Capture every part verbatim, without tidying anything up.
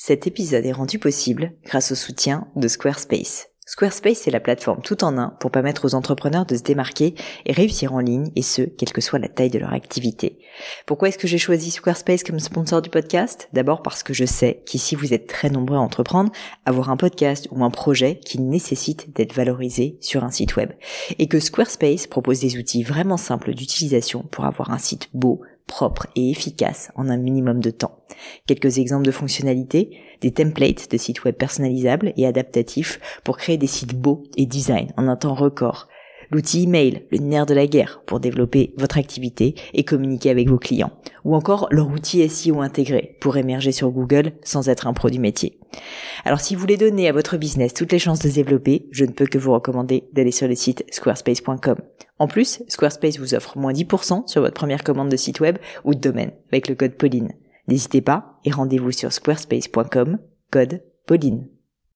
Cet épisode est rendu possible grâce au soutien de Squarespace. Squarespace est la plateforme tout en un pour permettre aux entrepreneurs de se démarquer et réussir en ligne, et ce, quelle que soit la taille de leur activité. Pourquoi est-ce que j'ai choisi Squarespace comme sponsor du podcast ? D'abord parce que je sais qu'ici vous êtes très nombreux à entreprendre, avoir un podcast ou un projet qui nécessite d'être valorisé sur un site web. Et que Squarespace propose des outils vraiment simples d'utilisation pour avoir un site beau, propre et efficace en un minimum de temps. Quelques exemples de fonctionnalités, des templates de sites web personnalisables et adaptatifs pour créer des sites beaux et design en un temps record. L'outil email, le nerf de la guerre pour développer votre activité et communiquer avec vos clients. Ou encore leur outil S E O intégré pour émerger sur Google sans être un pro du métier. Alors si vous voulez donner à votre business toutes les chances de se développer, je ne peux que vous recommander d'aller sur le site squarespace point com. En plus, Squarespace vous offre moins dix pour cent sur votre première commande de site web ou de domaine avec le code Pauline. N'hésitez pas et rendez-vous sur squarespace point com, code Pauline.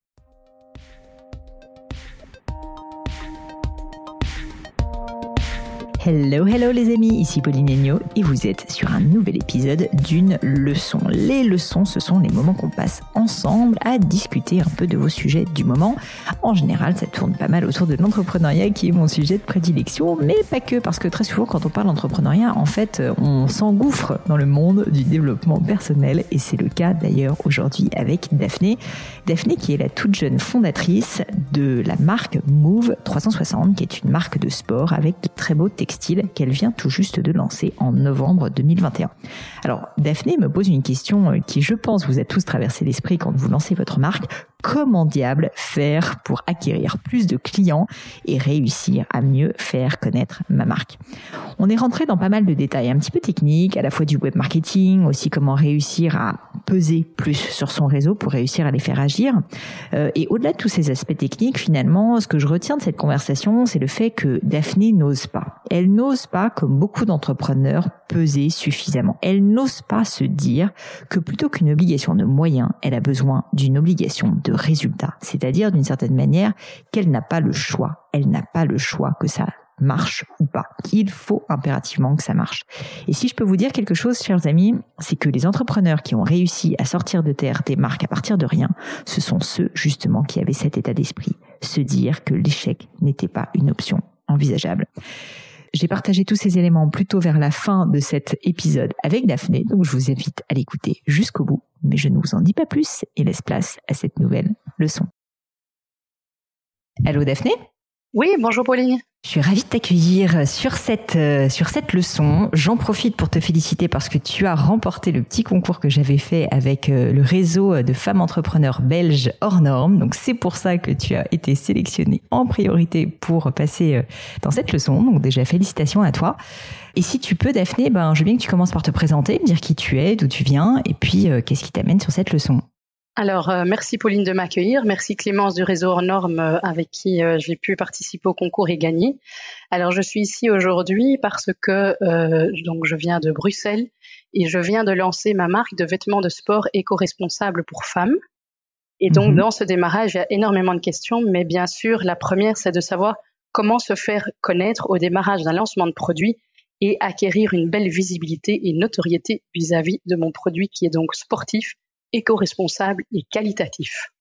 Hello, hello les amis, ici Pauline Agneau et vous êtes sur un nouvel épisode d'une leçon. Les leçons, ce sont les moments qu'on passe ensemble à discuter un peu de vos sujets du moment. En général, ça tourne pas mal autour de l'entrepreneuriat qui est mon sujet de prédilection, mais pas que, parce que très souvent quand on parle d'entrepreneuriat, en fait, on s'engouffre dans le monde du développement personnel et c'est le cas d'ailleurs aujourd'hui avec Daphné. Daphné qui est la toute jeune fondatrice de la marque Move trois cent soixante, qui est une marque de sport avec de très beaux textiles qu'elle vient tout juste de lancer en novembre deux mille vingt et un. Alors, Daphné me pose une question qui, je pense, vous a tous traversé l'esprit quand vous lancez votre marque. Comment diable faire pour acquérir plus de clients et réussir à mieux faire connaître ma marque ? On est rentré dans pas mal de détails un petit peu techniques, à la fois du web marketing, aussi comment réussir à peser plus sur son réseau pour réussir à les faire agir. Euh, et au-delà de tous ces aspects techniques, finalement, ce que je retiens de cette conversation, c'est le fait que Daphné n'ose pas. Elle n'ose pas, comme beaucoup d'entrepreneurs, peser suffisamment. Elle n'ose pas se dire que plutôt qu'une obligation de moyens, elle a besoin d'une obligation de résultat, c'est-à-dire d'une certaine manière qu'elle n'a pas le choix, elle n'a pas le choix que ça marche ou pas. Il faut impérativement que ça marche. Et si je peux vous dire quelque chose, chers amis, c'est que les entrepreneurs qui ont réussi à sortir de terre des marques à partir de rien, ce sont ceux justement qui avaient cet état d'esprit, se dire que l'échec n'était pas une option envisageable. J'ai partagé tous ces éléments plutôt vers la fin de cet épisode avec Daphné, donc je vous invite à l'écouter jusqu'au bout, mais je ne vous en dis pas plus et laisse place à cette nouvelle leçon. Allô Daphné ? Oui, bonjour Pauline. Je suis ravie de t'accueillir sur cette, euh, sur cette leçon. J'en profite pour te féliciter parce que tu as remporté le petit concours que j'avais fait avec euh, le réseau de femmes entrepreneurs belges hors normes. Donc c'est pour ça que tu as été sélectionnée en priorité pour passer euh, dans cette leçon. Donc déjà félicitations à toi. Et si tu peux Daphné, ben, je veux bien que tu commences par te présenter, me dire qui tu es, d'où tu viens et puis euh, qu'est-ce qui t'amène sur cette leçon. Alors, euh, merci Pauline de m'accueillir. Merci Clémence du réseau hors normes euh, avec qui euh, j'ai pu participer au concours et gagner. Alors, je suis ici aujourd'hui parce que euh, donc je viens de Bruxelles et je viens de lancer ma marque de vêtements de sport éco-responsables pour femmes. Et donc, mmh. dans ce démarrage, il y a énormément de questions, mais bien sûr, la première, c'est de savoir comment se faire connaître au démarrage d'un lancement de produit et acquérir une belle visibilité et notoriété vis-à-vis de mon produit qui est donc sportif, éco-responsable et qualitatif.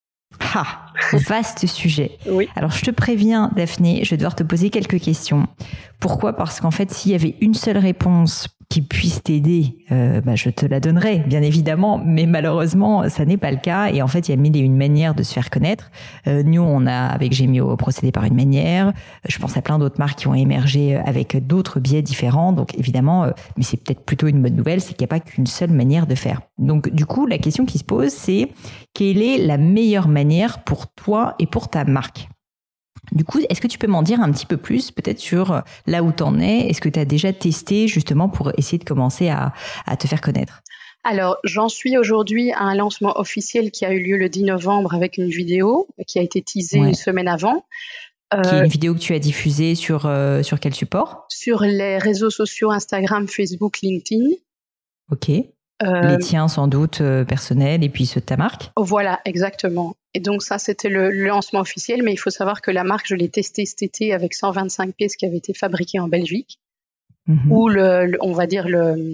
Ah, vaste sujet. Oui. Alors, je te préviens, Daphné, je vais devoir te poser quelques questions. Pourquoi ? Parce qu'en fait, s'il y avait une seule réponse qui puisse t'aider, euh, bah, je te la donnerai, bien évidemment, mais malheureusement, ça n'est pas le cas. Et en fait, il y a mille et une manières de se faire connaître. Euh, nous, on a, avec Gemio, procédé par une manière. Je pense à plein d'autres marques qui ont émergé avec d'autres biais différents. Donc, évidemment, euh, mais c'est peut-être plutôt une bonne nouvelle, c'est qu'il n'y a pas qu'une seule manière de faire. Donc, du coup, la question qui se pose, c'est quelle est la meilleure manière pour toi et pour ta marque ? Du coup, est-ce que tu peux m'en dire un petit peu plus, peut-être sur là où tu en es ? Est-ce que tu as déjà testé justement pour essayer de commencer à, à te faire connaître ? Alors, j'en suis aujourd'hui à un lancement officiel qui a eu lieu le dix novembre avec une vidéo qui a été teasée ouais. une semaine avant. Euh, qui est une vidéo que tu as diffusée sur, euh, sur quel support ? Sur les réseaux sociaux Instagram, Facebook, LinkedIn. Ok. Euh, les tiens sans doute euh, personnels et puis ceux de ta marque. Voilà, exactement. Et donc ça, c'était le, le lancement officiel, mais il faut savoir que la marque, je l'ai testée cet été avec cent vingt-cinq pièces qui avaient été fabriquées en Belgique, mm-hmm. où le, le, on va dire le,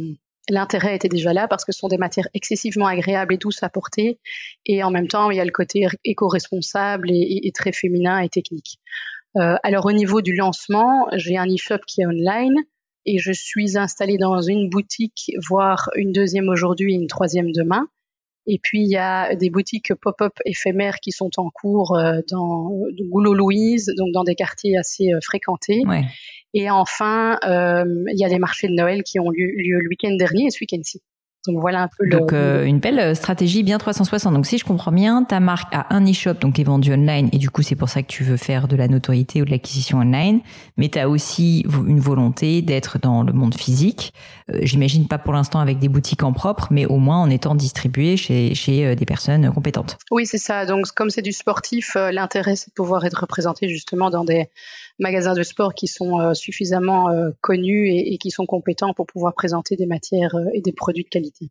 l'intérêt était déjà là parce que ce sont des matières excessivement agréables et douces à porter. Et en même temps, il y a le côté éco-responsable et, et, et très féminin et technique. Euh, alors, au niveau du lancement, j'ai un e-shop qui est online et je suis installée dans une boutique, voire une deuxième aujourd'hui et une troisième demain. Et puis, il y a des boutiques pop-up éphémères qui sont en cours euh, dans Goulot-Louise, donc dans des quartiers assez euh, fréquentés. Ouais. Et enfin, euh, il y a des marchés de Noël qui ont lieu, lieu le week-end dernier et ce week-end-ci. Donc voilà un peu le... Donc euh, une belle stratégie bien trois cent soixante. Donc si je comprends bien, ta marque a un e-shop donc qui est vendu online et du coup c'est pour ça que tu veux faire de la notoriété ou de l'acquisition online, mais tu as aussi une volonté d'être dans le monde physique. Euh, j'imagine pas pour l'instant avec des boutiques en propre, mais au moins en étant distribué chez chez des personnes compétentes. Oui, c'est ça. Donc comme c'est du sportif, euh, l'intérêt c'est de pouvoir être représenté justement dans des magasins de sport qui sont euh, suffisamment euh, connus et, et qui sont compétents pour pouvoir présenter des matières euh, et des produits de qualité.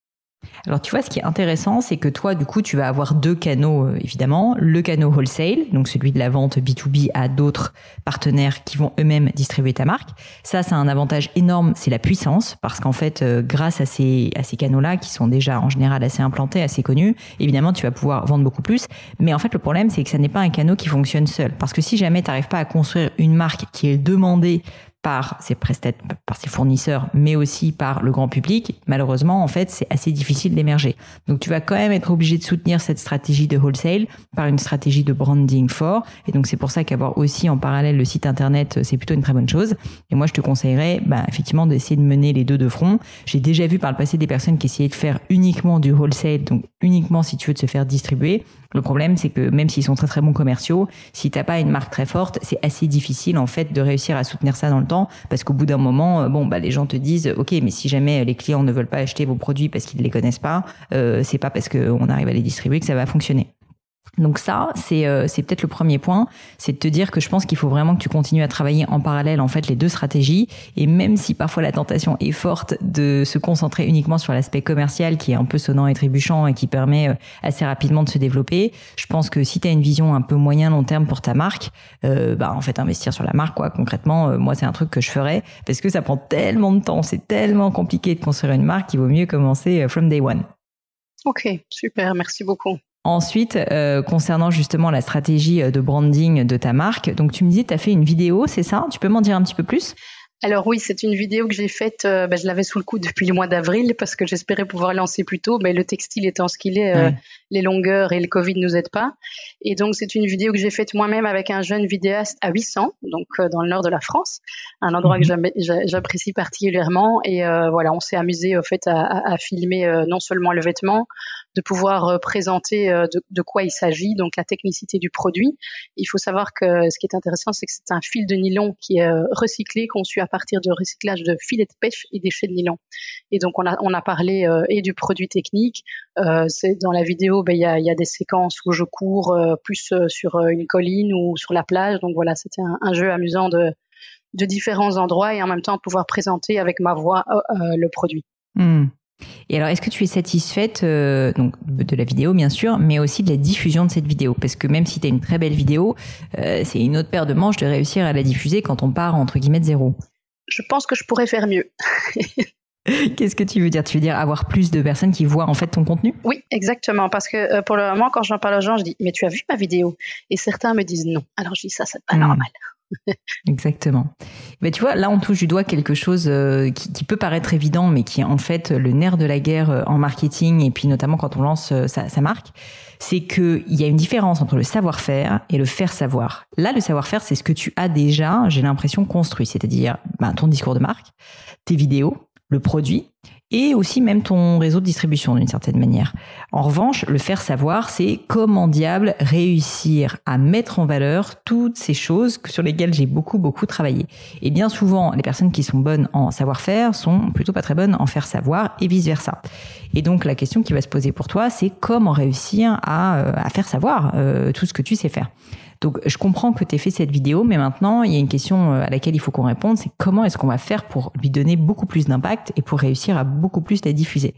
Alors tu vois, ce qui est intéressant, c'est que toi, du coup, tu vas avoir deux canaux, euh, évidemment. Le canal wholesale, donc celui de la vente B deux B à d'autres partenaires qui vont eux-mêmes distribuer ta marque. Ça, c'est un avantage énorme, c'est la puissance, parce qu'en fait, euh, grâce à ces, à ces canaux-là, qui sont déjà en général assez implantés, assez connus, évidemment, tu vas pouvoir vendre beaucoup plus. Mais en fait, le problème, c'est que ça n'est pas un canal qui fonctionne seul. Parce que si jamais tu n'arrives pas à construire une marque qui est demandée par ses prestataires, par ses fournisseurs, mais aussi par le grand public, malheureusement, en fait, c'est assez difficile d'émerger. Donc, tu vas quand même être obligé de soutenir cette stratégie de wholesale par une stratégie de branding fort. Et donc, c'est pour ça qu'avoir aussi en parallèle le site internet, c'est plutôt une très bonne chose. Et moi, je te conseillerais, bah, effectivement, d'essayer de mener les deux de front. J'ai déjà vu par le passé des personnes qui essayaient de faire uniquement du wholesale, donc uniquement si tu veux de se faire distribuer. Le problème, c'est que même s'ils sont très très bons commerciaux, si t'as pas une marque très forte, c'est assez difficile en fait de réussir à soutenir ça dans le temps, parce qu'au bout d'un moment, bon bah les gens te disent, ok, mais si jamais les clients ne veulent pas acheter vos produits parce qu'ils ne les connaissent pas, euh, c'est pas parce qu'on arrive à les distribuer que ça va fonctionner. Donc ça, c'est euh, c'est peut-être le premier point, c'est de te dire que je pense qu'il faut vraiment que tu continues à travailler en parallèle en fait les deux stratégies, et même si parfois la tentation est forte de se concentrer uniquement sur l'aspect commercial qui est un peu sonnant et trébuchant et qui permet euh, assez rapidement de se développer, je pense que si tu as une vision un peu moyen long terme pour ta marque, euh, bah en fait investir sur la marque quoi. Concrètement, euh, moi c'est un truc que je ferais parce que ça prend tellement de temps, c'est tellement compliqué de construire une marque qu'il vaut mieux commencer from day one. Ok, super, merci beaucoup. Ensuite, euh, concernant justement la stratégie de branding de ta marque, donc tu me disais, tu as fait une vidéo, c'est ça? Tu peux m'en dire un petit peu plus? Alors oui, c'est une vidéo que j'ai faite, euh, ben, je l'avais sous le coude depuis le mois d'avril parce que j'espérais pouvoir lancer plus tôt, mais le textile étant ce qu'il est, euh, ouais. Les longueurs et le Covid nous aident pas. Et donc c'est une vidéo que j'ai faite moi-même avec un jeune vidéaste à huit cents, donc euh, dans le nord de la France, un endroit mm-hmm. que j'apprécie particulièrement. Et euh, voilà, on s'est amusé au fait à, à, à filmer euh, non seulement le vêtement, de pouvoir euh, présenter euh, de, de quoi il s'agit, donc la technicité du produit. Il faut savoir que ce qui est intéressant, c'est que c'est un fil de nylon qui est euh, recyclé, conçu à partir de recyclage de filets de pêche et déchets de nylon. Et donc on a on a parlé euh, et du produit technique. Euh, c'est dans la vidéo, ben il y a il y a des séquences où je cours euh, plus euh, sur euh, une colline ou sur la plage. Donc voilà, c'était un, un jeu amusant de de différents endroits et en même temps pouvoir présenter avec ma voix euh, euh, le produit. Mmh. Et alors, est-ce que tu es satisfaite euh, donc de la vidéo, bien sûr, mais aussi de la diffusion de cette vidéo? Parce que même si tu as une très belle vidéo, euh, c'est une autre paire de manches de réussir à la diffuser quand on part, entre guillemets, de zéro. Je pense que je pourrais faire mieux. Qu'est-ce que tu veux dire? Tu veux dire avoir plus de personnes qui voient en fait ton contenu? Oui, exactement. Parce que euh, pour le moment, quand j'en parle aux gens, je dis « Mais tu as vu ma vidéo ?» Et certains me disent non. Alors je dis « Ça, c'est pas mmh. normal. » Exactement. Mais tu vois, là, on touche du doigt quelque chose euh, qui, qui peut paraître évident, mais qui est en fait le nerf de la guerre euh, en marketing, et puis notamment quand on lance euh, sa, sa marque, c'est qu'il y a une différence entre le savoir-faire et le faire savoir. Là, le savoir-faire, c'est ce que tu as déjà, j'ai l'impression, construit, c'est-à-dire ben, ton discours de marque, tes vidéos, le produit, et aussi même ton réseau de distribution d'une certaine manière. En revanche, le faire savoir, c'est comment diable réussir à mettre en valeur toutes ces choses sur lesquelles j'ai beaucoup, beaucoup travaillé. Et bien souvent, les personnes qui sont bonnes en savoir-faire sont plutôt pas très bonnes en faire savoir et vice-versa. Et donc, la question qui va se poser pour toi, c'est comment réussir à, à faire savoir euh, tout ce que tu sais faire. Donc, je comprends que tu aies fait cette vidéo, mais maintenant, il y a une question à laquelle il faut qu'on réponde, c'est comment est-ce qu'on va faire pour lui donner beaucoup plus d'impact et pour réussir à beaucoup plus la diffuser.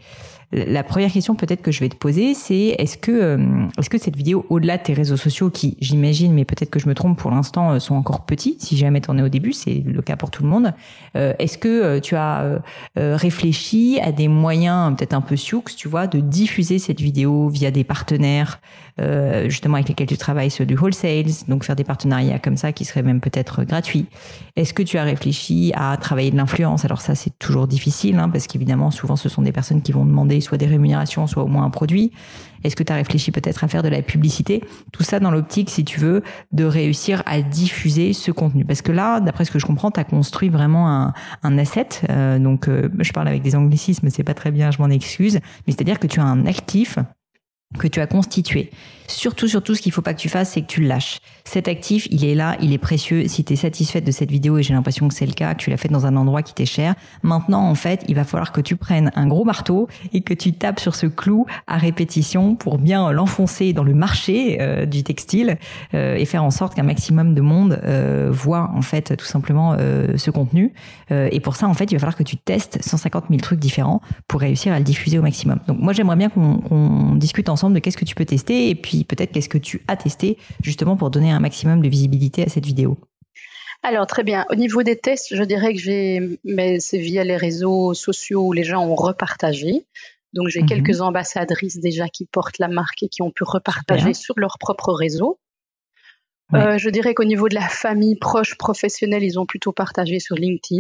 la première question peut-être que je vais te poser, c'est est-ce que, euh, est-ce que cette vidéo, au-delà de tes réseaux sociaux qui, j'imagine, mais peut-être que je me trompe pour l'instant, sont encore petits, si jamais t'en es au début, c'est le cas pour tout le monde, euh, est-ce que euh, tu as euh, euh, réfléchi à des moyens peut-être un peu sioux, tu vois, de diffuser cette vidéo via des partenaires, euh, justement avec lesquels tu travailles, ceux du wholesale, donc faire des partenariats comme ça qui seraient même peut-être gratuits. Est-ce que tu as réfléchi à travailler de l'influence? Alors ça, c'est toujours difficile, hein, parce qu'évidemment, souvent, ce sont des personnes qui vont demander soit des rémunérations, soit au moins un produit. Est-ce que tu as réfléchi peut-être à faire de la publicité? Tout ça dans l'optique, si tu veux, de réussir à diffuser ce contenu. Parce que là, d'après ce que je comprends, tu as construit vraiment un, un asset. Euh, donc, euh, je parle avec des anglicismes, c'est pas très bien, je m'en excuse. Mais c'est-à-dire que tu as un actif que tu as constitué. Surtout, surtout, ce qu'il faut pas que tu fasses, c'est que tu le lâches. Cet actif, il est là, il est précieux. Si tu es satisfaite de cette vidéo, et j'ai l'impression que c'est le cas, que tu l'as faite dans un endroit qui t'est cher, maintenant, en fait, il va falloir que tu prennes un gros marteau et que tu tapes sur ce clou à répétition pour bien l'enfoncer dans le marché euh, du textile euh, et faire en sorte qu'un maximum de monde euh, voit, en fait, tout simplement euh, ce contenu. Euh, et pour ça, en fait, il va falloir que tu testes cent cinquante mille trucs différents pour réussir à le diffuser au maximum. Donc, moi, j'aimerais bien qu'on, qu'on discute ensemble de qu'est-ce que tu peux tester et puis peut-être qu'est-ce que tu as testé justement pour donner un maximum de visibilité à cette vidéo. Alors très bien, au niveau des tests, je dirais que j'ai, mais c'est via les réseaux sociaux où les gens ont repartagé. Donc j'ai mmh. quelques ambassadrices déjà qui portent la marque et qui ont pu repartager Super. Sur leur propre réseau. Ouais. Euh, je dirais qu'au niveau de la famille proche professionnelle, ils ont plutôt partagé sur LinkedIn.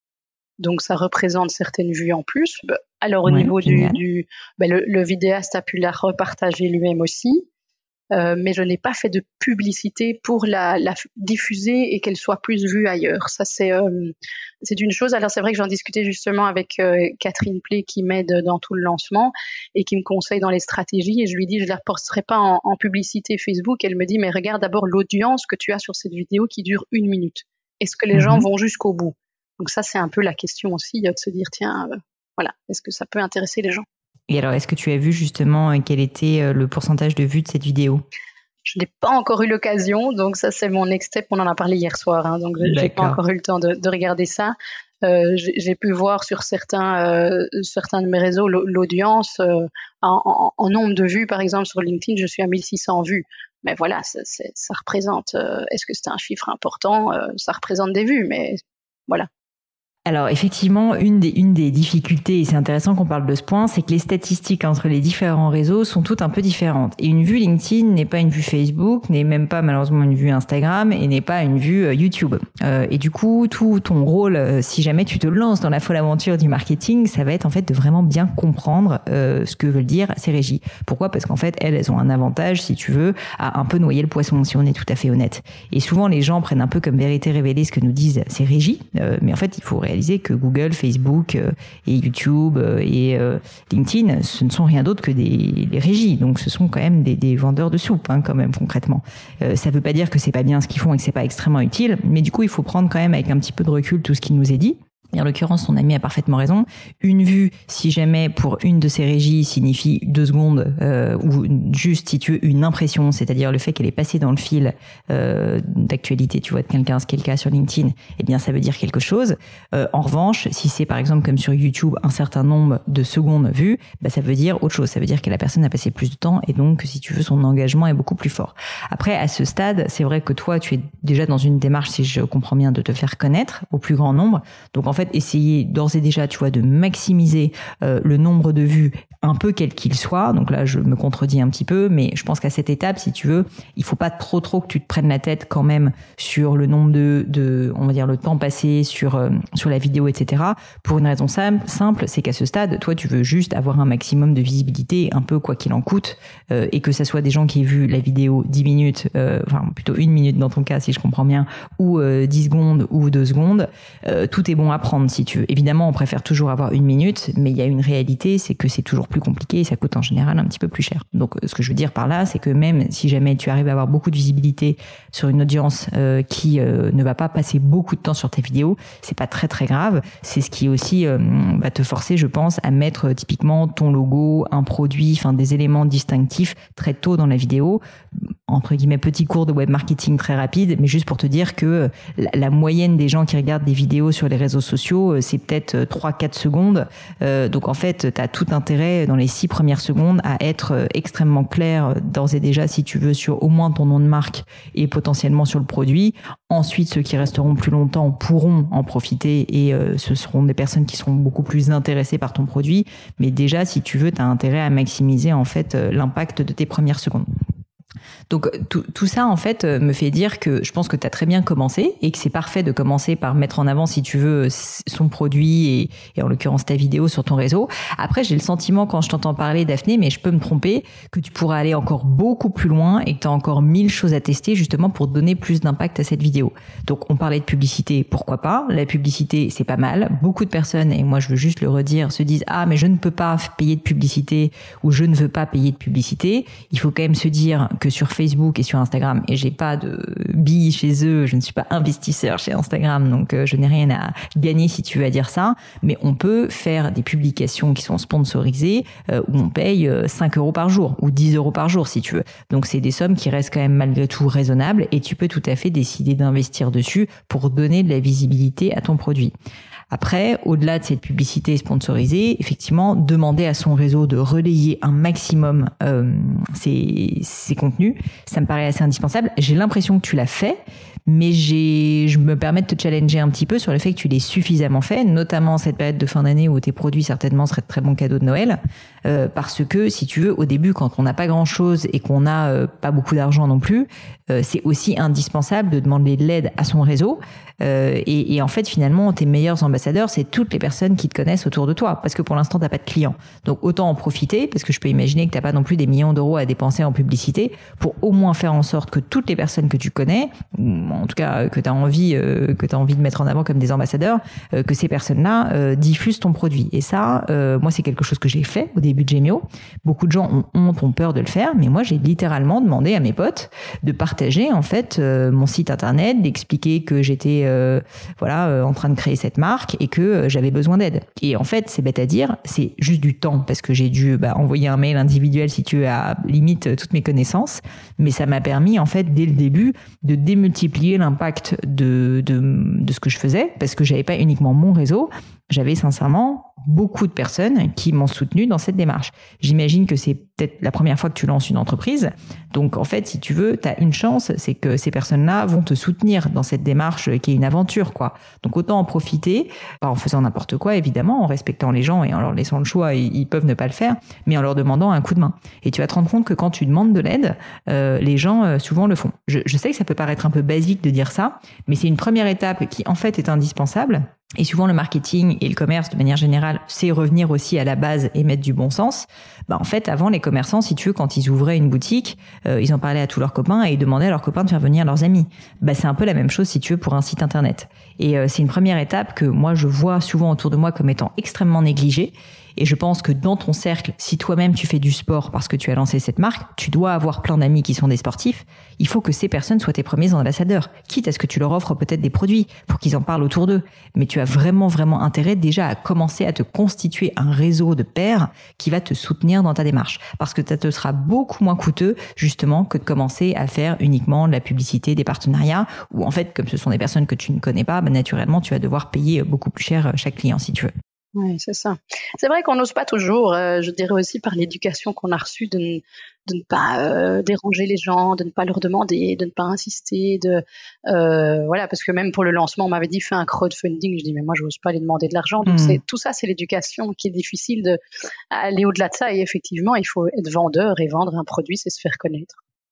Donc ça représente certaines vues en plus. Alors au ouais, niveau génial. du, du ben, le, le vidéaste a pu la repartager lui-même aussi. Euh, mais je n'ai pas fait de publicité pour la, la diffuser et qu'elle soit plus vue ailleurs. Ça, c'est, euh, c'est une chose. Alors, c'est vrai que j'en discutais justement avec euh, Catherine Play qui m'aide dans tout le lancement et qui me conseille dans les stratégies. Et je lui dis, je ne la posterai pas en, en publicité Facebook. Elle me dit, mais regarde d'abord l'audience que tu as sur cette vidéo qui dure une minute. Est-ce que les mm-hmm. gens vont jusqu'au bout? Donc ça, c'est un peu la question aussi de se dire, tiens, euh, voilà, est-ce que ça peut intéresser les gens? Et alors, est-ce que tu as vu justement quel était le pourcentage de vues de cette vidéo? Je n'ai pas encore eu l'occasion, donc ça c'est mon next step, on en a parlé hier soir, hein, donc je n'ai pas encore eu le temps de, de regarder ça. Euh, j'ai, j'ai pu voir sur certains, euh, certains de mes réseaux l'audience, euh, en, en, en nombre de vues, par exemple sur LinkedIn, je suis à mille six cents vues. Mais voilà, ça, c'est, ça représente, euh, est-ce que c'est un chiffre important? euh, Ça représente des vues, mais voilà. Alors effectivement, une des, une des difficultés, et c'est intéressant qu'on parle de ce point, c'est que les statistiques entre les différents réseaux sont toutes un peu différentes. Et une vue LinkedIn n'est pas une vue Facebook, n'est même pas malheureusement une vue Instagram et n'est pas une vue YouTube. Euh, et du coup, tout ton rôle, euh, si jamais tu te lances dans la folle aventure du marketing, ça va être en fait de vraiment bien comprendre euh, ce que veulent dire ces régies. Pourquoi ? Parce qu'en fait, elles, elles ont un avantage, si tu veux, à un peu noyer le poisson, si on est tout à fait honnête. Et souvent, les gens prennent un peu comme vérité révélée ce que nous disent ces régies, euh, mais en fait, il faut réaliser que Google, Facebook euh, et YouTube euh, et euh, LinkedIn, ce ne sont rien d'autre que des, des régies. Donc, ce sont quand même des, des vendeurs de soupe, hein, quand même, concrètement. Euh, ça ne veut pas dire que c'est pas bien ce qu'ils font et que c'est pas extrêmement utile, mais du coup, il faut prendre quand même avec un petit peu de recul tout ce qui nous est dit. Et en l'occurrence, ton ami a parfaitement raison. Une vue, si jamais pour une de ces régies signifie deux secondes, euh, ou juste, si tu veux, une impression, c'est-à-dire le fait qu'elle est passée dans le fil euh, d'actualité, tu vois, de quelqu'un, ce qui est le cas sur LinkedIn, eh bien, ça veut dire quelque chose. Euh, en revanche, si c'est par exemple comme sur YouTube, un certain nombre de secondes vues, bah, ça veut dire autre chose. Ça veut dire que la personne a passé plus de temps et donc, si tu veux, son engagement est beaucoup plus fort. Après, à ce stade, c'est vrai que toi, tu es déjà dans une démarche, si je comprends bien, de te faire connaître au plus grand nombre. Donc, en fait, essayer d'ores et déjà, tu vois, de maximiser euh, le nombre de vues, un peu quel qu'il soit. Donc là, je me contredis un petit peu, mais je pense qu'à cette étape, si tu veux, il faut pas trop trop que tu te prennes la tête quand même sur le nombre de, de on va dire, le temps passé sur euh, sur la vidéo, et cetera. Pour une raison simple, simple, c'est qu'à ce stade, toi, tu veux juste avoir un maximum de visibilité, un peu quoi qu'il en coûte, euh, et que ça soit des gens qui aient vu la vidéo dix minutes, euh, enfin plutôt une minute dans ton cas, si je comprends bien, ou euh, dix secondes ou deux secondes, euh, tout est bon à prendre, si tu veux. Évidemment, on préfère toujours avoir une minute, mais il y a une réalité, c'est que c'est toujours plus compliqué et ça coûte en général un petit peu plus cher. Donc, ce que je veux dire par là, c'est que même si jamais tu arrives à avoir beaucoup de visibilité sur une audience euh, qui euh, ne va pas passer beaucoup de temps sur tes vidéos, c'est pas très très grave. C'est ce qui aussi euh, va te forcer, je pense, à mettre euh, typiquement ton logo, un produit, enfin des éléments distinctifs très tôt dans la vidéo. entre guillemets petit cours de web marketing très rapide, mais juste pour te dire que la, la moyenne des gens qui regardent des vidéos sur les réseaux sociaux, c'est peut-être trois à quatre secondes. Euh, donc en fait, tu as tout intérêt dans les six premières secondes à être extrêmement clair d'ores et déjà, si tu veux, sur au moins ton nom de marque et potentiellement sur le produit. Ensuite, ceux qui resteront plus longtemps pourront en profiter et euh, ce seront des personnes qui seront beaucoup plus intéressées par ton produit. Mais déjà, si tu veux, tu as intérêt à maximiser en fait l'impact de tes premières secondes. Donc tout, tout ça en fait me fait dire que je pense que tu as très bien commencé et que c'est parfait de commencer par mettre en avant, si tu veux, son produit et, et en l'occurrence ta vidéo sur ton réseau. Après, j'ai le sentiment quand je t'entends parler, Daphné, mais je peux me tromper, que tu pourras aller encore beaucoup plus loin et que tu as encore mille choses à tester justement pour donner plus d'impact à cette vidéo. Donc on parlait de publicité, pourquoi pas? La publicité, c'est pas mal. Beaucoup de personnes, et moi je veux juste le redire, se disent « Ah, mais je ne peux pas payer de publicité » ou « Je ne veux pas payer de publicité ». Il faut quand même se dire que sur Facebook et sur Instagram, et j'ai pas de billes chez eux, je ne suis pas investisseur chez Instagram, donc euh, je n'ai rien à gagner si tu veux à dire ça, mais on peut faire des publications qui sont sponsorisées euh, où on paye euh, cinq euros par jour ou dix euros par jour si tu veux. Donc c'est des sommes qui restent quand même malgré tout raisonnables et tu peux tout à fait décider d'investir dessus pour donner de la visibilité à ton produit. Après, au-delà de cette publicité sponsorisée, effectivement, demander à son réseau de relayer un maximum euh, ses, ses contenus, ça me paraît assez indispensable. J'ai l'impression que tu l'as fait, mais j'ai, je me permets de te challenger un petit peu sur le fait que tu l'aies suffisamment fait, notamment en cette période de fin d'année où tes produits certainement seraient de très bons cadeaux de Noël, euh, parce que si tu veux, au début, quand on n'a pas grand-chose et qu'on n'a euh, pas beaucoup d'argent non plus, euh, c'est aussi indispensable de demander de l'aide à son réseau. Euh, et, et en fait, finalement, tes meilleurs ambassadeurs, c'est toutes les personnes qui te connaissent autour de toi, parce que pour l'instant, t'as pas de clients. Donc autant en profiter, parce que je peux imaginer que t'as pas non plus des millions d'euros à dépenser en publicité, pour au moins faire en sorte que toutes les personnes que tu connais, en tout cas que t'as envie, euh, que t'as envie de mettre en avant comme des ambassadeurs, euh, que ces personnes-là euh, diffusent ton produit. Et ça, euh, moi, c'est quelque chose que j'ai fait au début de Gemio. Beaucoup de gens ont honte, ont peur de le faire, mais moi, j'ai littéralement demandé à mes potes de partager en fait euh, mon site internet, d'expliquer que j'étais Euh, voilà, euh, en train de créer cette marque et que euh, j'avais besoin d'aide. Et en fait, c'est bête à dire, c'est juste du temps parce que j'ai dû bah, envoyer un mail individuel si tu veux à limite toutes mes connaissances, mais ça m'a permis en fait dès le début de démultiplier l'impact de, de, de ce que je faisais parce que j'avais pas uniquement mon réseau, j'avais sincèrement beaucoup de personnes qui m'ont soutenu dans cette démarche. J'imagine que c'est peut-être la première fois que tu lances une entreprise. Donc, en fait, si tu veux, tu as une chance, c'est que ces personnes-là vont te soutenir dans cette démarche qui est une aventure, quoi. Donc, autant en profiter, pas en faisant n'importe quoi, évidemment, en respectant les gens et en leur laissant le choix, ils, ils peuvent ne pas le faire, mais en leur demandant un coup de main. Et tu vas te rendre compte que quand tu demandes de l'aide, euh, les gens, euh, souvent, le font. Je, je sais que ça peut paraître un peu basique de dire ça, mais c'est une première étape qui, en fait, est indispensable. Et souvent, le marketing et le commerce, de manière générale, c'est revenir aussi à la base et mettre du bon sens. Bah, en fait, avant, les commerçants, si tu veux, quand ils ouvraient une boutique, euh, ils en parlaient à tous leurs copains et ils demandaient à leurs copains de faire venir leurs amis. Bah, c'est un peu la même chose, si tu veux, pour un site internet. Et euh, c'est une première étape que moi, je vois souvent autour de moi comme étant extrêmement négligée. Et je pense que dans ton cercle, si toi-même tu fais du sport parce que tu as lancé cette marque, tu dois avoir plein d'amis qui sont des sportifs. Il faut que ces personnes soient tes premiers ambassadeurs, quitte à ce que tu leur offres peut-être des produits pour qu'ils en parlent autour d'eux. Mais tu as vraiment, vraiment intérêt déjà à commencer à te constituer un réseau de pairs qui va te soutenir dans ta démarche. Parce que ça te sera beaucoup moins coûteux, justement, que de commencer à faire uniquement de la publicité, des partenariats, où en fait, comme ce sont des personnes que tu ne connais pas, bah, naturellement, tu vas devoir payer beaucoup plus cher chaque client, si tu veux. Oui, c'est ça. C'est vrai qu'on n'ose pas toujours, euh, je dirais aussi par l'éducation qu'on a reçue, de ne, de ne pas euh, déranger les gens, de ne pas leur demander, de ne pas insister, de euh, voilà, parce que même pour le lancement, on m'avait dit fais un crowdfunding, je dis mais moi je n'ose pas les demander de l'argent, donc mmh. c'est tout ça, c'est l'éducation qui est difficile de aller au-delà de ça. Et effectivement, il faut être vendeur et vendre un produit, c'est se faire connaître.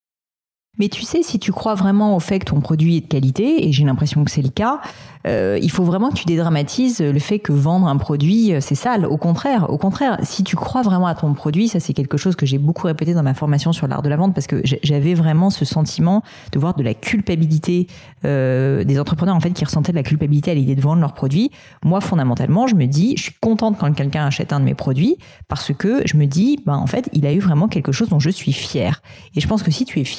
Mais tu sais, si tu crois vraiment au fait que ton produit est de qualité, et j'ai l'impression que c'est le cas, euh, il faut vraiment que tu dédramatises le fait que vendre un produit, c'est sale. Au contraire, au contraire, si tu crois vraiment à ton produit, ça c'est quelque chose que j'ai beaucoup répété dans ma formation sur l'art de la vente, parce que j'avais vraiment ce sentiment de voir de la culpabilité euh, des entrepreneurs en fait qui ressentaient de la culpabilité à l'idée de vendre leurs produits. Moi, fondamentalement, je me dis, je suis contente quand quelqu'un achète un de mes produits, parce que je me dis, ben en fait, il a eu vraiment quelque chose dont je suis fière. Et je pense que si tu es fière de tes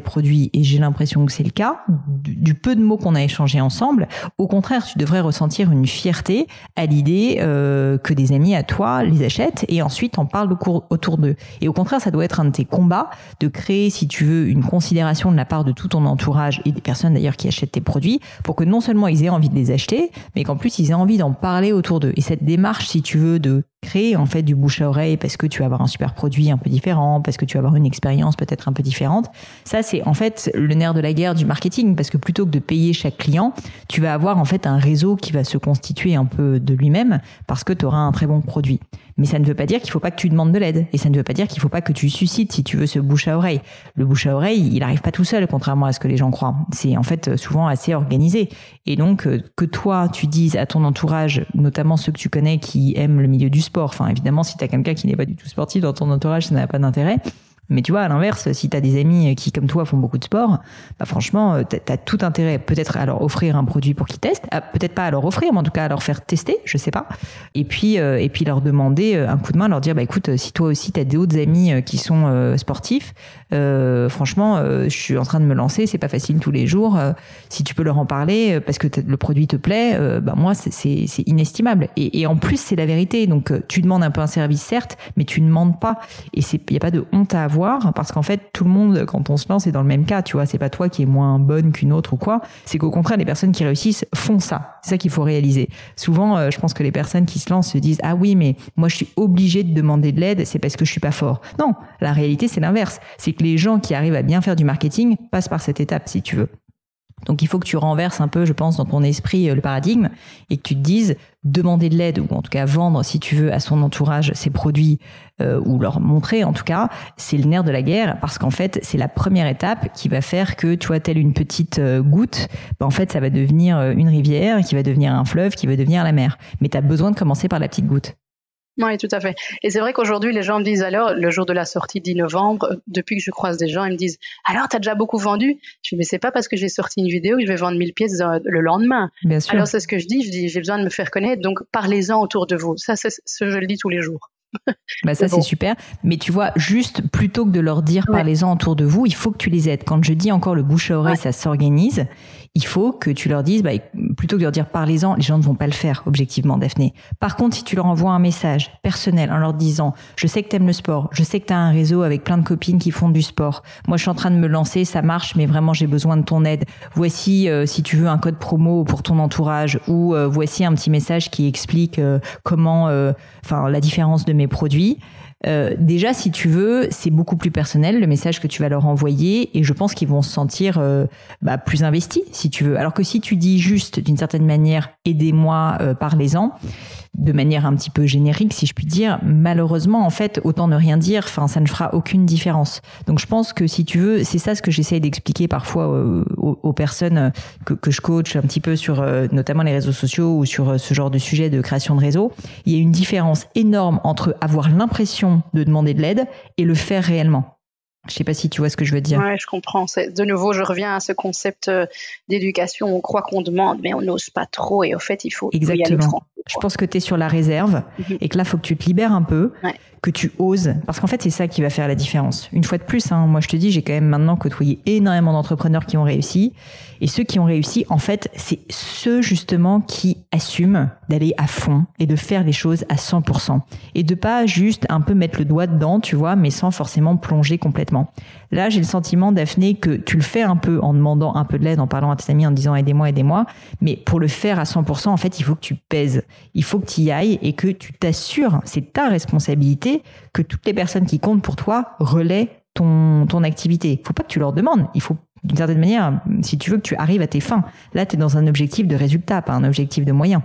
produit, et j'ai l'impression que c'est le cas, du, du peu de mots qu'on a échangés ensemble, au contraire, tu devrais ressentir une fierté à l'idée euh, que des amis à toi les achètent et ensuite en parlent au autour d'eux. Et au contraire, ça doit être un de tes combats de créer, si tu veux, une considération de la part de tout ton entourage et des personnes d'ailleurs qui achètent tes produits pour que non seulement ils aient envie de les acheter, mais qu'en plus ils aient envie d'en parler autour d'eux. Et cette démarche, si tu veux, de créer en fait du bouche à oreille parce que tu vas avoir un super produit un peu différent, parce que tu vas avoir une expérience peut-être un peu différente. Ça, c'est en fait le nerf de la guerre du marketing, parce que plutôt que de payer chaque client, tu vas avoir en fait un réseau qui va se constituer un peu de lui-même parce que tu auras un très bon produit. Mais ça ne veut pas dire qu'il faut pas que tu demandes de l'aide, et ça ne veut pas dire qu'il faut pas que tu suscites, si tu veux, ce bouche à oreille. Le bouche à oreille, il arrive pas tout seul, contrairement à ce que les gens croient. C'est en fait souvent assez organisé. Et donc, que toi, tu dises à ton entourage, notamment ceux que tu connais qui aiment le milieu du sport, enfin évidemment, si tu as quelqu'un qui n'est pas du tout sportif dans ton entourage, ça n'a pas d'intérêt. Mais tu vois, à l'inverse, si tu as des amis qui, comme toi, font beaucoup de sport, bah franchement, tu as tout intérêt peut-être à leur offrir un produit pour qu'ils testent, à, peut-être pas à leur offrir, mais en tout cas à leur faire tester, je sais pas. Et puis, euh, et puis leur demander un coup de main, leur dire, bah écoute, si toi aussi tu as d'autres amis qui sont euh, sportifs, euh, franchement, euh, je suis en train de me lancer, c'est pas facile tous les jours. Euh, si tu peux leur en parler euh, parce que le produit te plaît, euh, bah moi c'est, c'est, c'est inestimable. Et, et en plus, c'est la vérité. Donc, euh, tu demandes un peu un service, certes, mais tu ne demandes pas. Et c'est, il y a pas de honte à avoir. Parce qu'en fait, tout le monde, quand on se lance, est dans le même cas, tu vois. C'est pas toi qui es moins bonne qu'une autre ou quoi. C'est qu'au contraire, les personnes qui réussissent font ça. C'est ça qu'il faut réaliser. Souvent, euh, je pense que les personnes qui se lancent se disent, ah oui, mais moi, je suis obligée de demander de l'aide, c'est parce que je suis pas fort. Non, la réalité, c'est l'inverse. C'est que les gens qui arrivent à bien faire du marketing passent par cette étape, si tu veux. Donc, il faut que tu renverses un peu, je pense, dans ton esprit le paradigme et que tu te dises demander de l'aide, ou en tout cas vendre, si tu veux, à son entourage ses produits euh, ou leur montrer, en tout cas, c'est le nerf de la guerre, parce qu'en fait, c'est la première étape qui va faire que, tu vois, telle une petite euh, goutte, ben, en fait, ça va devenir une rivière, qui va devenir un fleuve, qui va devenir la mer. Mais tu as besoin de commencer par la petite goutte. Oui, tout à fait. Et c'est vrai qu'aujourd'hui, les gens me disent, alors, le jour de la sortie dix novembre, depuis que je croise des gens, ils me disent, alors, t'as déjà beaucoup vendu? Je dis, mais c'est pas parce que j'ai sorti une vidéo que je vais vendre mille pièces le lendemain. Bien sûr. Alors, c'est ce que je dis. Je dis, j'ai besoin de me faire connaître, donc parlez-en autour de vous. Ça, c'est ce que je le dis tous les jours. Bah ça, c'est, bon. C'est super. Mais tu vois, juste plutôt que de leur dire ouais. Parlez-en autour de vous, il faut que tu les aides. Quand je dis encore le bouche à oreille, ouais. Ça s'organise. Il faut que tu leur dises, bah, plutôt que de leur dire parlez-en, les gens ne vont pas le faire, objectivement, Daphné. Par contre, si tu leur envoies un message personnel en leur disant, je sais que t'aimes le sport, je sais que t'as un réseau avec plein de copines qui font du sport. Moi, je suis en train de me lancer, ça marche, mais vraiment, j'ai besoin de ton aide. Voici, euh, si tu veux, un code promo pour ton entourage, ou euh, voici un petit message qui explique euh, comment, euh, enfin, la différence de mes produits. Euh, déjà, si tu veux, c'est beaucoup plus personnel le message que tu vas leur envoyer, et je pense qu'ils vont se sentir euh, bah, plus investis, si tu veux. Alors que si tu dis juste, d'une certaine manière, aidez-moi, euh, parlez-en, de manière un petit peu générique, si je puis dire, malheureusement, en fait, autant ne rien dire, enfin, ça ne fera aucune différence. Donc, je pense que si tu veux, c'est ça ce que j'essaye d'expliquer parfois euh, aux, aux personnes que, que je coach un petit peu sur, euh, notamment les réseaux sociaux ou sur euh, ce genre de sujet de création de réseau. Il y a une différence énorme entre avoir l'impression de demander de l'aide et le faire réellement. Je sais pas si tu vois ce que je veux dire. Ouais, je comprends. C'est, de nouveau, je reviens à ce concept d'éducation. On croit qu'on demande, mais on n'ose pas trop. Et au fait, il faut Exactement. y aller franc. Je pense que tu es sur la réserve mm-hmm. et que là, il faut que tu te libères un peu, ouais. que tu oses. Parce qu'en fait, c'est ça qui va faire la différence. Une fois de plus, hein, moi, je te dis, j'ai quand même maintenant côtoyé énormément d'entrepreneurs qui ont réussi. Et ceux qui ont réussi, en fait, c'est ceux justement qui assument d'aller à fond et de faire les choses à cent pour cent. Et de pas juste un peu mettre le doigt dedans, tu vois, mais sans forcément plonger complètement. Là, j'ai le sentiment, Daphné, que tu le fais un peu en demandant un peu de l'aide, en parlant à tes amis, en disant aidez-moi, aidez-moi. Mais pour le faire à cent pour cent, en fait, il faut que tu pèses. Il faut que tu y ailles et que tu t'assures, c'est ta responsabilité, que toutes les personnes qui comptent pour toi relaient ton, ton activité. Il ne faut pas que tu leur demandes. Il faut, d'une certaine manière, si tu veux que tu arrives à tes fins. Là, tu es dans un objectif de résultat, pas un objectif de moyen.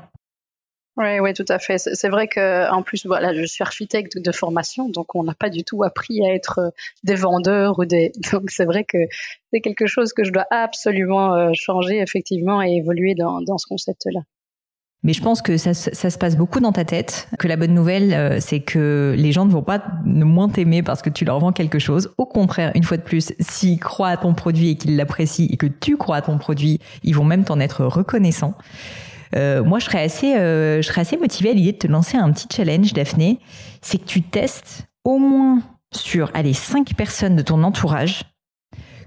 Oui, oui, tout à fait. C'est vrai que, en plus, voilà, je suis architecte de formation, donc on n'a pas du tout appris à être des vendeurs ou des. Donc c'est vrai que c'est quelque chose que je dois absolument changer effectivement et évoluer dans, dans ce concept-là. Mais je pense que ça, ça se passe beaucoup dans ta tête, que la bonne nouvelle, c'est que les gens ne vont pas ne moins t'aimer parce que tu leur vends quelque chose. Au contraire, une fois de plus, s'ils croient à ton produit et qu'ils l'apprécient et que tu crois à ton produit, ils vont même t'en être reconnaissants. Euh, moi, je serais assez, euh, je serais assez motivée à l'idée de te lancer un petit challenge, Daphné. C'est que tu testes au moins sur, allez, cinq personnes de ton entourage,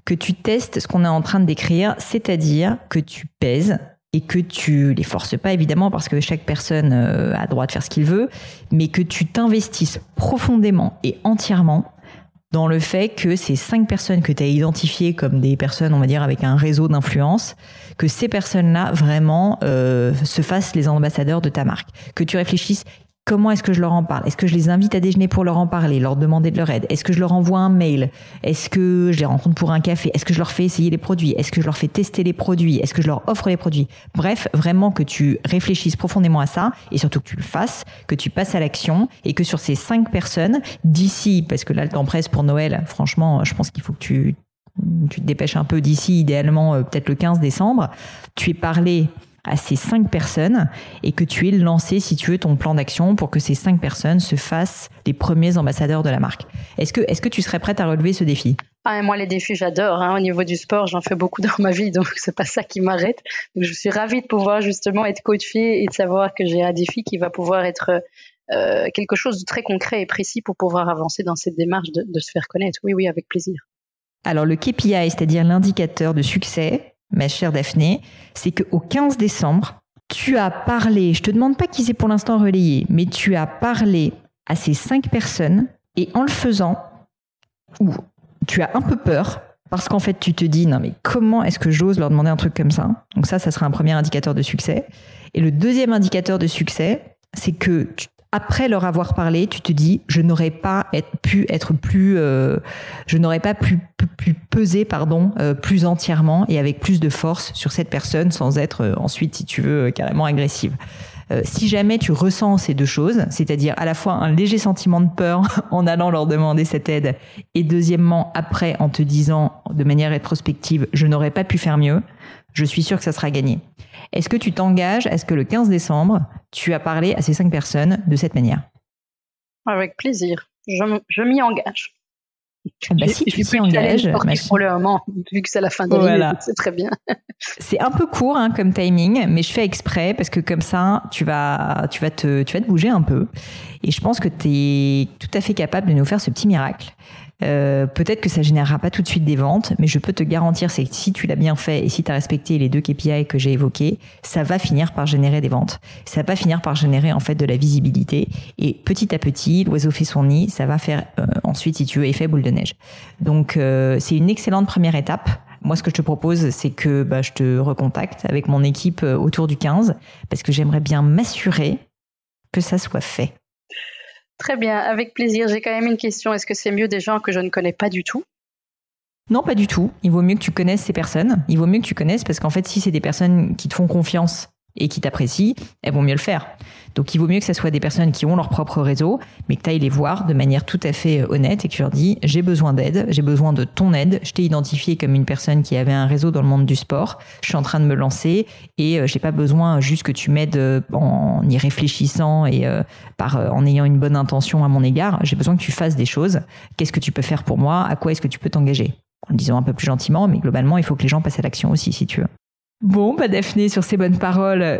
que tu testes ce qu'on est en train de décrire, c'est-à-dire que tu pèses et que tu les forces pas évidemment parce que chaque personne a le droit de faire ce qu'il veut, mais que tu t'investisses profondément et entièrement dans le fait que ces cinq personnes que tu as identifiées comme des personnes, on va dire, avec un réseau d'influence, que ces personnes-là vraiment euh, se fassent les ambassadeurs de ta marque. Que tu réfléchisses, comment est-ce que je leur en parle ? Est-ce que je les invite à déjeuner pour leur en parler, leur demander de leur aide ? Est-ce que je leur envoie un mail ? Est-ce que je les rencontre pour un café ? Est-ce que je leur fais essayer les produits ? Est-ce que je leur fais tester les produits ? Est-ce que je leur offre les produits ? Bref, vraiment que tu réfléchisses profondément à ça et surtout que tu le fasses, que tu passes à l'action et que sur ces cinq personnes, d'ici, parce que là le temps presse pour Noël, franchement, je pense qu'il faut que tu, tu te dépêches un peu d'ici, idéalement peut-être le quinze décembre, tu aies parlé à ces cinq personnes et que tu aies lancé, si tu veux, ton plan d'action pour que ces cinq personnes se fassent les premiers ambassadeurs de la marque. Est-ce que, est-ce que tu serais prête à relever ce défi ? Ah, moi, les défis, j'adore. Hein. Au niveau du sport, j'en fais beaucoup dans ma vie, donc c'est pas ça qui m'arrête. Donc, je suis ravie de pouvoir justement être coachée et de savoir que j'ai un défi qui va pouvoir être euh, quelque chose de très concret et précis pour pouvoir avancer dans cette démarche de, de se faire connaître. Oui, oui, avec plaisir. Alors, le K P I, c'est-à-dire l'indicateur de succès, ma chère Daphné, c'est qu'au quinze décembre, tu as parlé, je te demande pas qui c'est pour l'instant relayé, mais tu as parlé à ces cinq personnes et en le faisant, ou tu as un peu peur parce qu'en fait tu te dis non mais comment est-ce que j'ose leur demander un truc comme ça ? Donc ça, ça sera un premier indicateur de succès. Et le deuxième indicateur de succès, c'est que tu, après leur avoir parlé, tu te dis je n'aurais pas être, pu être plus, euh, je n'aurais pas pu, pu peser pardon euh, plus entièrement et avec plus de force sur cette personne sans être euh, ensuite, si tu veux, carrément agressive. Euh, si jamais tu ressens ces deux choses, c'est-à-dire à la fois un léger sentiment de peur en allant leur demander cette aide et deuxièmement après en te disant de manière rétrospective je n'aurais pas pu faire mieux, je suis sûre que ça sera gagné. Est-ce que tu t'engages à ce que le quinze décembre, tu as parlé à ces cinq personnes de cette manière ? Avec plaisir. Je, je m'y engage. Bah, si tu t'y engages, pour le moment, vu que c'est la fin de l'année, voilà. C'est très bien. C'est un peu court hein, comme timing, mais je fais exprès parce que comme ça, tu vas, tu vas te, tu vas te bouger un peu. Et je pense que tu es tout à fait capable de nous faire ce petit miracle. Euh, peut-être que ça générera pas tout de suite des ventes, mais je peux te garantir, c'est que si tu l'as bien fait et si tu as respecté les deux K P I que j'ai évoqués, ça va finir par générer des ventes. Ça va finir par générer en fait de la visibilité et petit à petit, l'oiseau fait son nid, ça va faire euh, ensuite, si tu veux, effet boule de neige. Donc euh, c'est une excellente première étape. Moi, ce que je te propose, c'est que bah, je te recontacte avec mon équipe autour du quinze parce que j'aimerais bien m'assurer que ça soit fait. Très bien, avec plaisir. J'ai quand même une question. Est-ce que c'est mieux des gens que je ne connais pas du tout ? Non, pas du tout. Il vaut mieux que tu connaisses ces personnes. Il vaut mieux que tu connaisses parce qu'en fait, si c'est des personnes qui te font confiance et qui t'apprécient, elles vont mieux le faire. Donc, il vaut mieux que ce soit des personnes qui ont leur propre réseau, mais que tu ailles les voir de manière tout à fait honnête et que tu leur dis « j'ai besoin d'aide, j'ai besoin de ton aide, je t'ai identifié comme une personne qui avait un réseau dans le monde du sport, je suis en train de me lancer et j'ai pas besoin juste que tu m'aides en y réfléchissant et par, en ayant une bonne intention à mon égard, j'ai besoin que tu fasses des choses. Qu'est-ce que tu peux faire pour moi ? À quoi est-ce que tu peux t'engager ?» En le disant un peu plus gentiment, mais globalement, il faut que les gens passent à l'action aussi, si tu veux. Bon, bah Daphné, sur ces bonnes paroles,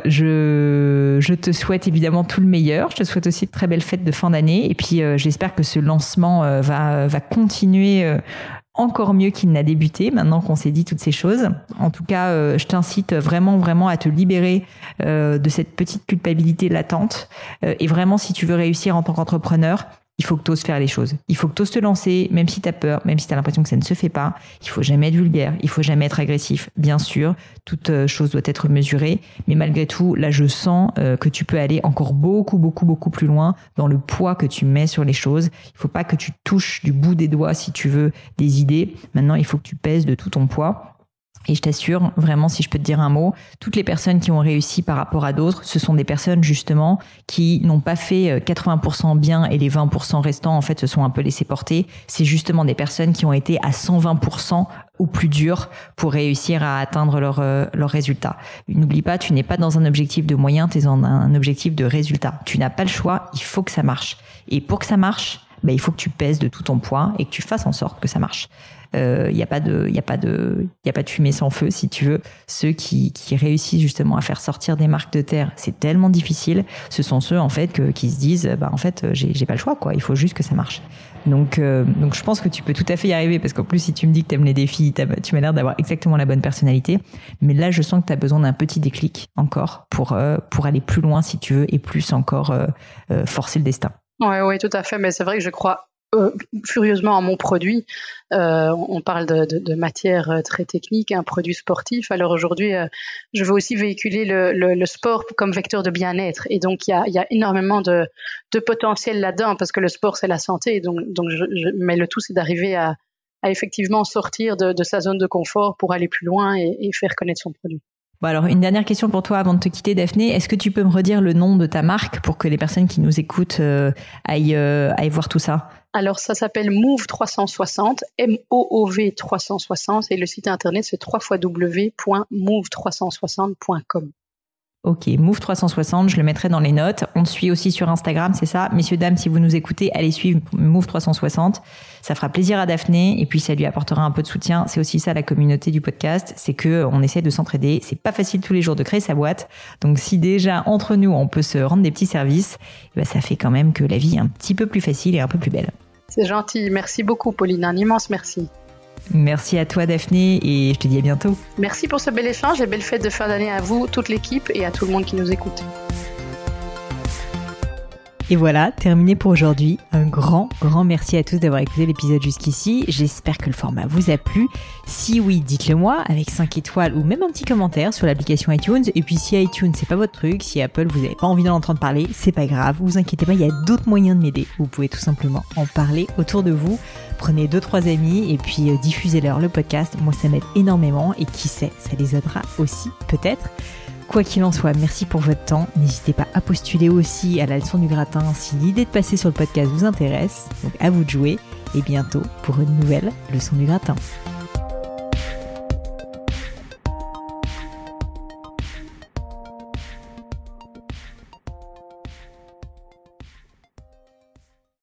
je, je te souhaite évidemment tout le meilleur. Je te souhaite aussi de très belles fêtes de fin d'année. Et puis, euh, j'espère que ce lancement euh, va, va continuer euh, encore mieux qu'il n'a débuté, maintenant qu'on s'est dit toutes ces choses. En tout cas, euh, je t'incite vraiment, vraiment à te libérer euh, de cette petite culpabilité latente. Euh, et vraiment, si tu veux réussir en tant qu'entrepreneur, il faut que tu oses faire les choses. Il faut que tu oses te lancer, même si tu as peur, même si tu as l'impression que ça ne se fait pas. Il faut jamais être vulgaire, il faut jamais être agressif. Bien sûr, toute chose doit être mesurée, mais malgré tout, là, je sens euh, que tu peux aller encore beaucoup, beaucoup, beaucoup plus loin dans le poids que tu mets sur les choses. Il faut pas que tu touches du bout des doigts, si tu veux, des idées. Maintenant, il faut que tu pèses de tout ton poids. Et je t'assure, vraiment, si je peux te dire un mot, toutes les personnes qui ont réussi par rapport à d'autres, ce sont des personnes justement qui n'ont pas fait quatre-vingts pour cent bien et les vingt pour cent restants, en fait, se sont un peu laissés porter. C'est justement des personnes qui ont été à cent vingt pour cent au plus dur pour réussir à atteindre leurs euh, leur résultats. N'oublie pas, tu n'es pas dans un objectif de moyen, tu es dans un objectif de résultat. Tu n'as pas le choix, il faut que ça marche. Et pour que ça marche, bah, il faut que tu pèses de tout ton poids et que tu fasses en sorte que ça marche. Il euh, n'y a pas de, il y a pas de, il y a pas de fumée sans feu, si tu veux. Ceux qui, qui réussissent justement à faire sortir des marques de terre, c'est tellement difficile. Ce sont ceux en fait que, qui se disent, bah en fait, j'ai, j'ai pas le choix, quoi. Il faut juste que ça marche. Donc, euh, donc je pense que tu peux tout à fait y arriver, parce qu'en plus, si tu me dis que t'aimes les défis, tu m'as l'air d'avoir exactement la bonne personnalité. Mais là, je sens que t'as besoin d'un petit déclic encore pour euh, pour aller plus loin, si tu veux, et plus encore euh, euh, forcer le destin. Ouais, ouais, tout à fait. Mais c'est vrai que je crois Euh, furieusement à mon produit. Euh, on parle de, de, de matière très technique, un produit sportif. Alors aujourd'hui, euh, je veux aussi véhiculer le, le, le sport comme vecteur de bien-être. Et donc, il y a, y a énormément de, de potentiel là-dedans, parce que le sport, c'est la santé. Donc, donc je, je, mais le tout, c'est d'arriver à, à effectivement sortir de, de sa zone de confort pour aller plus loin et, et faire connaître son produit. Bon, alors une dernière question pour toi avant de te quitter, Daphné. Est-ce que tu peux me redire le nom de ta marque pour que les personnes qui nous écoutent euh, aillent, euh, aillent voir tout ça? Alors, ça s'appelle Move trois cent soixante, M O O V trois cent soixante, et le site internet, c'est w w w point move trois cent soixante point com. Ok, Move trois cent soixante, je le mettrai dans les notes. On te suit aussi sur Instagram, c'est ça? Messieurs, dames, si vous nous écoutez, allez suivre Move trois cent soixante. Ça fera plaisir à Daphné et puis ça lui apportera un peu de soutien. C'est aussi ça la communauté du podcast, c'est que on essaie de s'entraider. C'est pas facile tous les jours de créer sa boîte. Donc si déjà entre nous, on peut se rendre des petits services, ben ça fait quand même que la vie est un petit peu plus facile et un peu plus belle. C'est gentil. Merci beaucoup, Pauline. Un immense merci. Merci à toi, Daphné, et je te dis à bientôt. Merci pour ce bel échange et belle fête de fin d'année à vous, toute l'équipe, et à tout le monde qui nous écoute. Et voilà, terminé pour aujourd'hui. Un grand, grand merci à tous d'avoir écouté l'épisode jusqu'ici. J'espère que le format vous a plu. Si oui, dites-le moi avec cinq étoiles ou même un petit commentaire sur l'application iTunes. Et puis si iTunes, c'est pas votre truc, si Apple, vous n'avez pas envie d'en entendre parler, c'est pas grave. Vous inquiétez pas, il y a d'autres moyens de m'aider. Vous pouvez tout simplement en parler autour de vous. Prenez deux, trois amis et puis euh, diffusez-leur le podcast. Moi, ça m'aide énormément et qui sait, ça les aidera aussi, peut-être. Quoi qu'il en soit, merci pour votre temps. N'hésitez pas à postuler aussi à la leçon du gratin si l'idée de passer sur le podcast vous intéresse. Donc à vous de jouer et bientôt pour une nouvelle leçon du gratin.